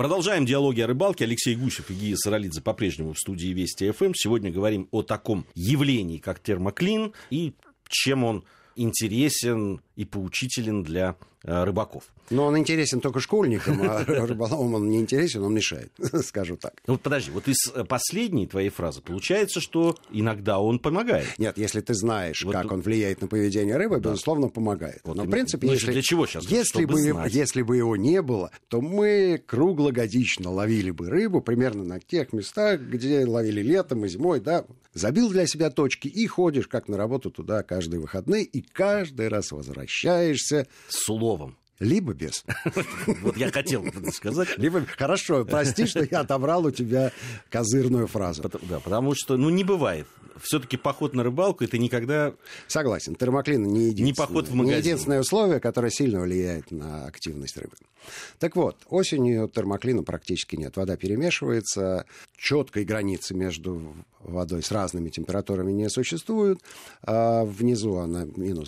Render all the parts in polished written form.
Продолжаем диалоги о рыбалке. Алексей Гусев и Гия Саралидзе по-прежнему в студии Вести ФМ. Сегодня говорим о таком явлении, как термоклин, и чем он интересен и поучителен для рыбаков. Но он интересен только школьникам, а рыболовам он не интересен, он мешает, скажу так. Ну вот подожди, вот из последней твоей фразы получается, что иногда он помогает. Нет, если ты знаешь, вот как он влияет на поведение рыбы, да, безусловно, помогает. Вот, но, в принципе, для чего сейчас? если бы его не было, то мы круглогодично ловили бы рыбу примерно на тех местах, где ловили летом и зимой, да. Забил для себя точки и ходишь как на работу туда каждые выходные, и каждый раз возвращаешься с уловом. Либо без. Вот я хотел сказать. Либо, хорошо, прости, что я отобрал у тебя козырную фразу. Да, потому что, не бывает. Все-таки поход на рыбалку, это никогда... Согласен, термоклин не поход в магазин. Не единственное условие, которое сильно влияет на активность рыбы. Так вот, осенью термоклина практически нет. Вода перемешивается, четкой границы между водой с разными температурами не существует. А внизу она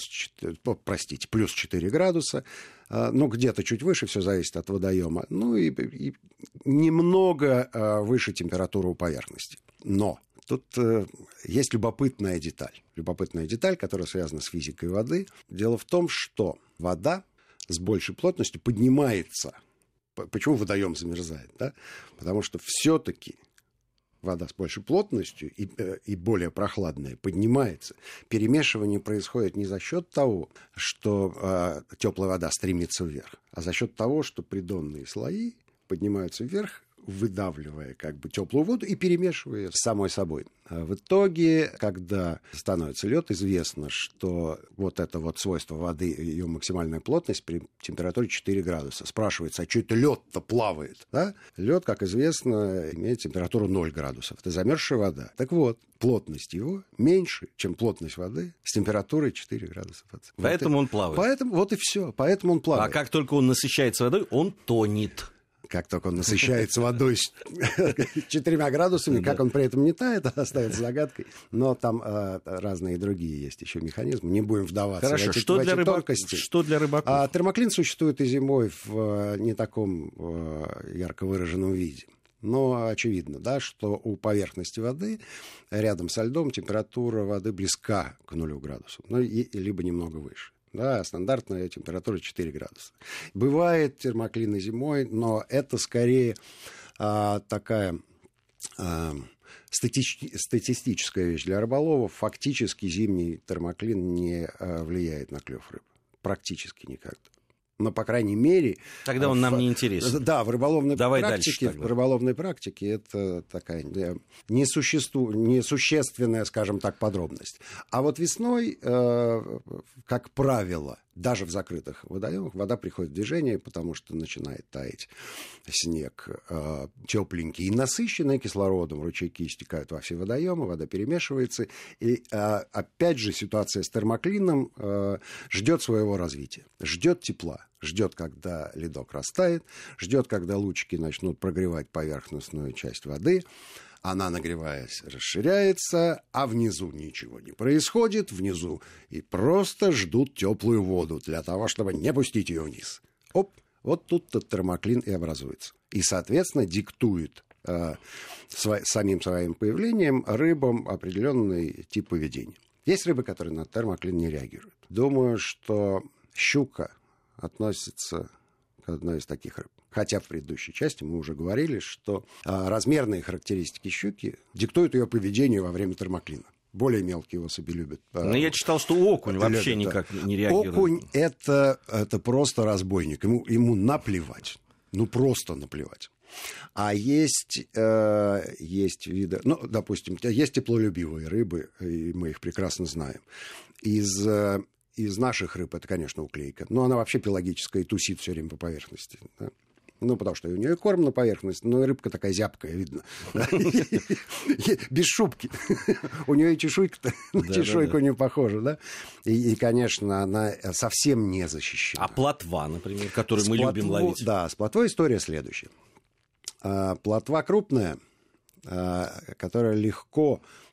плюс 4 градуса. Где-то чуть выше, все зависит от водоема. И немного выше температура у поверхности. Но тут есть любопытная деталь, которая связана с физикой воды. Дело в том, что вода с большей плотностью поднимается. Почему водоем замерзает? Да? Потому что все-таки вода с большей плотностью и более прохладная поднимается. Перемешивание происходит не за счет того, что теплая вода стремится вверх, а за счет того, что придонные слои поднимаются вверх, выдавливая теплую воду и перемешивая с самой собой. В итоге, когда становится лед, известно, что вот это вот свойство воды, ее максимальная плотность при температуре 4 градуса. Спрашивается, а что это лед-то плавает? Да? Лед, как известно, имеет температуру 0 градусов. Это замерзшая вода. Так вот, плотность его меньше, чем плотность воды с температурой 4 градуса. Поэтому он плавает. Вот и все. Поэтому он плавает. А как только он насыщается водой, он тонет. Как только он насыщается водой с 4 градусами, как он при этом не тает, остается загадкой. Но там разные другие есть еще механизмы. Не будем вдаваться в эти тонкости. Что для рыбаков? Термоклин существует и зимой в не таком ярко выраженном виде. Но очевидно, да, что у поверхности воды рядом со льдом температура воды близка к 0 градусов, либо немного выше. Да, стандартная температура 4 градуса. Бывает термоклин и зимой, но это скорее такая статистическая вещь для рыболовов. Фактически зимний термоклин не влияет на клев рыбы. Практически никак. Но, по крайней мере... Тогда он нам не интересен. Да, в рыболовной практике это такая несущественная, скажем так, подробность. А вот весной, как правило, даже в закрытых водоемах вода приходит в движение, потому что начинает таять снег тепленький и насыщенный кислородом. Ручейки истекают во все водоемы, вода перемешивается. И опять же ситуация с термоклином ждет своего развития, ждет тепла. Ждет, когда ледок растает, ждет, когда лучики начнут прогревать поверхностную часть воды. Она, нагреваясь, расширяется, а внизу ничего не происходит. Внизу и просто ждут теплую воду для того, чтобы не пустить ее вниз. Вот тут-то термоклин и образуется. И, соответственно, диктует самим своим появлением рыбам определенный тип поведения. Есть рыбы, которые на термоклин не реагируют. Думаю, что щука относится к одной из таких рыб. Хотя в предыдущей части мы уже говорили, что размерные характеристики щуки диктуют ее поведение во время термоклина. Более мелкие особи любят. Но я читал, что окунь вообще никак не реагирует. Окунь — это просто разбойник. Ему наплевать. Просто наплевать. А есть виды... допустим, есть теплолюбивые рыбы, и мы их прекрасно знаем. Из наших рыб это, конечно, уклейка. Но она вообще пелагическая и тусит все время по поверхности. Да? Потому что у нее корм на поверхности, но и рыбка такая зябкая, видно. Без шубки. У нее и чешуйка-то на чешуйку не похожа. Да? И, конечно, она совсем не защищена. А плотва, например, которую мы любим ловить? Да, с плотвой история следующая. Плотва крупная, которая легко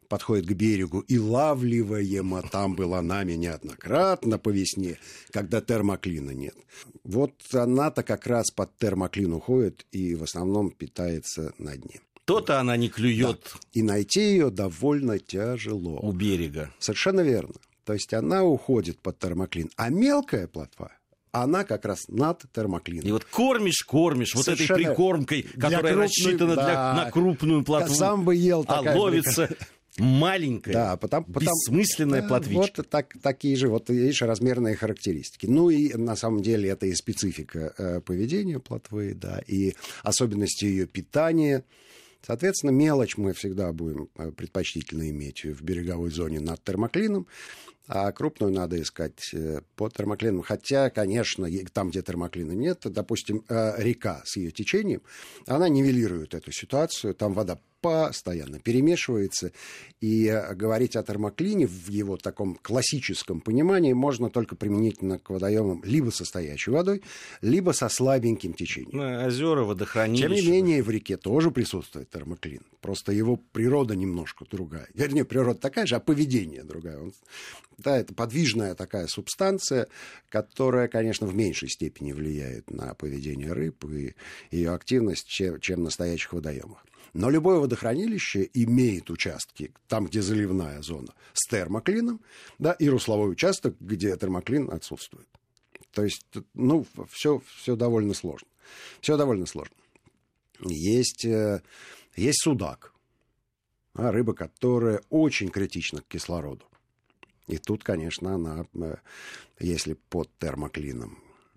подходит к берегу и лавливаема там была нами неоднократно по весне, когда термоклина нет. Вот она-то как раз под термоклин уходит и в основном питается на дне. То-то она не клюет. Да. И найти ее довольно тяжело. У берега. Совершенно верно. То есть она уходит под термоклин. А мелкая плотва, она как раз над термоклином. И вот кормишь вот этой прикормкой, которая рассчитана на крупную плотву. Я сам бы ел такая. А ловится маленькая, бессмысленная плотвичка. Вот такие же, вот видишь, размерные характеристики. Ну и на самом деле это и специфика поведения плотвы, да, и особенности ее питания. Соответственно, мелочь мы всегда будем предпочтительно иметь в береговой зоне над термоклином, а крупную надо искать под термоклином. Хотя, конечно, там, где термоклина нет, допустим, река с ее течением, она нивелирует эту ситуацию, там вода постоянно перемешивается, и говорить о термоклине в его таком классическом понимании можно только применительно к водоемам либо со стоячей водой, либо со слабеньким течением. Озера, водохранилища. Тем не менее, в реке тоже присутствует термоклин. Просто его природа немножко другая. Вернее, природа такая же, а поведение другая. Да, это подвижная такая субстанция, которая, конечно, в меньшей степени влияет на поведение рыб и ее активность, чем на стоячих водоемах. Но любое водохранилище имеет участки, там, где заливная зона, с термоклином, да, и русловой участок, где термоклин отсутствует. То есть, все довольно сложно. Все довольно сложно. Есть судак, рыба, которая очень критична к кислороду. И тут, конечно, она, если под термоклином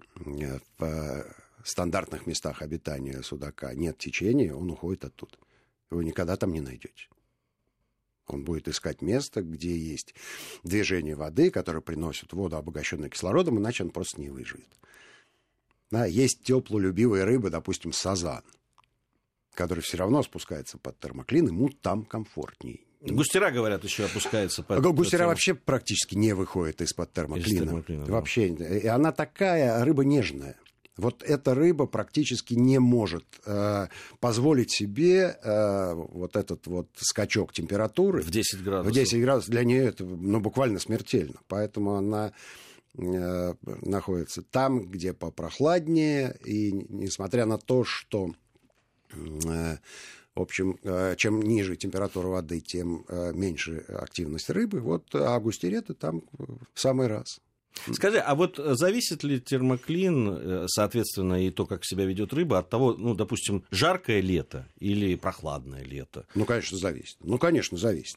в стандартных местах обитания судака нет течения, он уходит оттуда. Вы никогда там не найдете. Он будет искать место, где есть движение воды, которое приносит воду, обогащенную кислородом, иначе он просто не выживет. Да, есть теплолюбивые рыбы, допустим, сазан, который все равно спускается под термоклин, ему там комфортней. Густера, говорят, еще опускается под... Густера вообще практически не выходит из-под термоклина. Вообще. И она такая рыба нежная. Вот эта рыба практически не может позволить себе вот этот вот скачок температуры. В 10 градусов. В 10 градусов. Для нее это буквально смертельно. Поэтому она находится там, где попрохладнее. И несмотря на то, что, в общем, чем ниже температура воды, тем меньше активность рыбы. Вот, а густереты там в самый раз. Скажи, а вот зависит ли термоклин, соответственно, и то, как себя ведет рыба, от того, допустим, жаркое лето или прохладное лето? Конечно, зависит.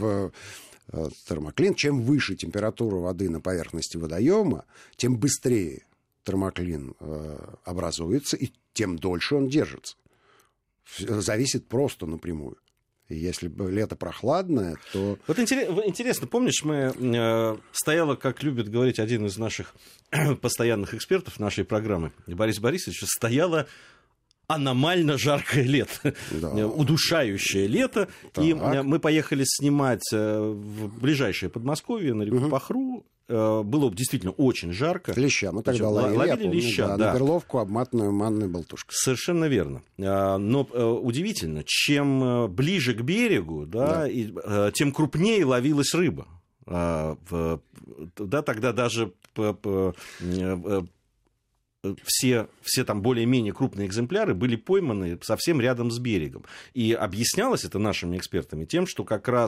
Термоклин, чем выше температура воды на поверхности водоема, тем быстрее термоклин образуется, и тем дольше он держится. Зависит просто напрямую. Если лето прохладное, то... Вот интересно, помнишь, стояло, как любит говорить один из наших постоянных экспертов нашей программы, Борис Борисович, стояло аномально жаркое лето, да. Удушающее лето. Так. И мы поехали снимать в ближайшее Подмосковье, на реку Пахру. Было действительно очень жарко. Леща. Мы тогда ловили леща, да. На перловку, обматанную манной болтушкой. Совершенно верно. Но удивительно, чем ближе к берегу, да. Тем крупнее ловилась рыба. Тогда даже все там более-менее крупные экземпляры были пойманы совсем рядом с берегом. И объяснялось это нашими экспертами тем, что как раз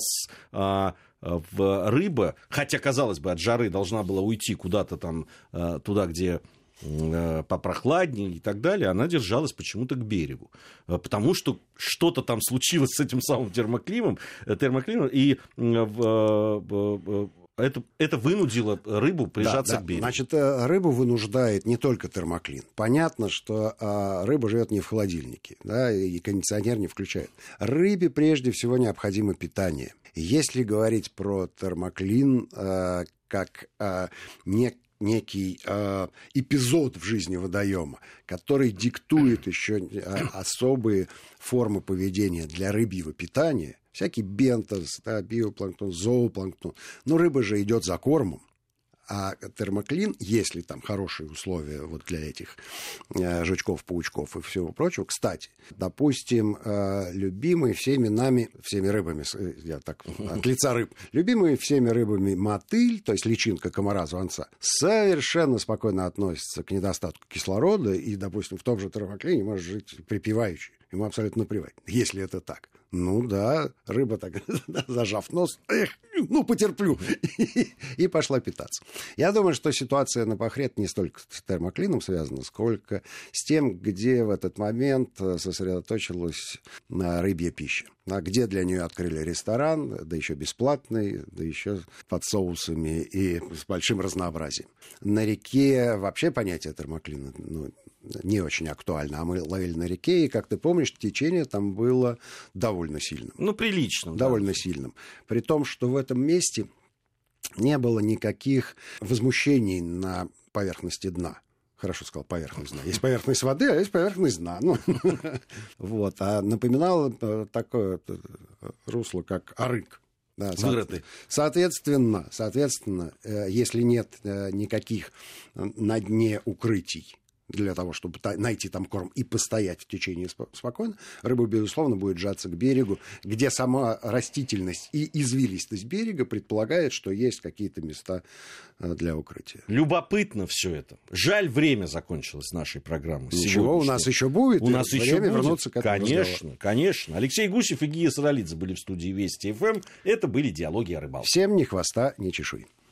рыба, хотя, казалось бы, от жары должна была уйти куда-то там, туда, где попрохладнее и так далее, она держалась почему-то к берегу. Потому что что-то там случилось с этим самым термоклином, и это вынудило рыбу прижаться к берегу. Значит, рыбу вынуждает не только термоклин. Понятно, что рыба живет не в холодильнике, да, и кондиционер не включает. Рыбе прежде всего необходимо питание. Если говорить про термоклин как некий эпизод в жизни водоема, который диктует еще особые формы поведения для рыбьего питания, всякий бентос, биопланктон, зоопланктон. Но рыба же идет за кормом. А термоклин, если там хорошие условия вот для этих жучков, паучков и всего прочего. Кстати, допустим, любимый всеми нами, всеми рыбами, я так от лица рыб, любимый всеми рыбами мотыль, то есть личинка комара-звонца, совершенно спокойно относится к недостатку кислорода и, допустим, в том же термоклине может жить припеваючи. Ему абсолютно наплевать, если это так. Ну да, рыба так, зажав нос, потерплю, и пошла питаться. Я думаю, что ситуация на Пахре не столько с термоклином связана, сколько с тем, где в этот момент сосредоточилась рыбья пища. А где для нее открыли ресторан, да еще бесплатный, да еще под соусами и с большим разнообразием. На реке вообще понятие термоклина не очень актуально. А мы ловили на реке, и, как ты помнишь, течение там было довольно сильным. Приличным. Довольно сильным. При том, что в этом месте не было никаких возмущений на поверхности дна. Хорошо сказал, поверхность дна. Есть поверхность воды, а есть поверхность дна. Вот. А напоминало такое русло, как арык. Да, соответственно, если нет никаких на дне укрытий для того, чтобы найти там корм и постоять в течение спокойно, рыба, безусловно, будет сжаться к берегу, где сама растительность и извилистость берега предполагает, что есть какие-то места для укрытия. Любопытно все это. Жаль, время закончилось нашей программы. Ничего, у нас еще будет. У нас еще будет. Вернуться к этому разговору. Конечно. Алексей Гусев и Гия Саралидзе были в студии Вести ФМ. Это были «Диалоги о рыбалке». Всем ни хвоста, ни чешуи.